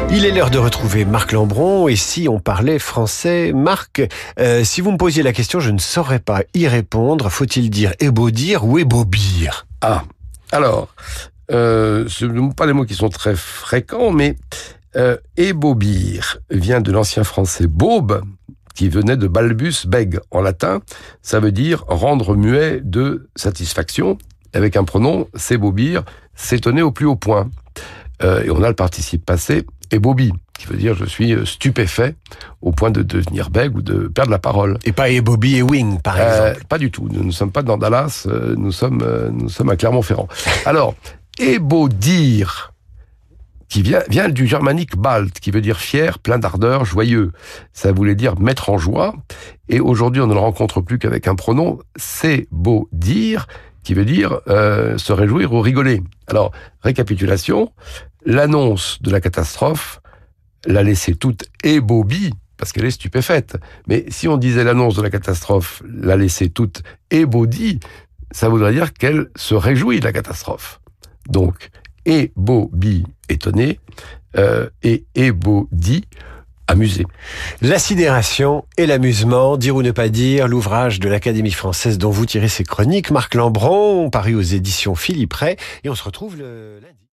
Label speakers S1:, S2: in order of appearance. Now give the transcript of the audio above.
S1: Il est l'heure de retrouver Marc Lambron, et si on parlait français, Marc, si vous me posiez la question, je ne saurais pas y répondre. Faut-il dire ébaudir ou ébaubir?
S2: Ah, alors, ce ne sont pas des mots qui sont très fréquents, mais ébaubir vient de l'ancien français baube, qui venait de balbus beg en latin. Ça veut dire rendre muet de satisfaction, avec un pronom s'ébaubir, s'étonner au plus haut point. Et on a le participe passé ébaubie, qui veut dire je suis stupéfait au point de devenir bègue ou de perdre la parole.
S1: Et pas ébobie et wing, par exemple.
S2: Pas du tout. Nous ne sommes pas dans Dallas, nous sommes à Clermont-Ferrand. Alors, ébaudir, qui vient du germanique bald, qui veut dire fier, plein d'ardeur, joyeux. Ça voulait dire mettre en joie. Et aujourd'hui, on ne le rencontre plus qu'avec un pronom, s'ébaudir, qui veut dire se réjouir ou rigoler. Alors, récapitulation, l'annonce de la catastrophe l'a laissée toute ébaubie, parce qu'elle est stupéfaite. Mais si on disait l'annonce de la catastrophe l'a laissée toute ébaudie, ça voudrait dire qu'elle se réjouit de la catastrophe. Donc, ébaubie, étonné, et ébaudie, amusé.
S1: La sidération et l'amusement, dire ou ne pas dire, l'ouvrage de l'Académie française dont vous tirez ces chroniques, Marc Lambron, paru aux éditions Philippe Ray, et on se retrouve le lundi.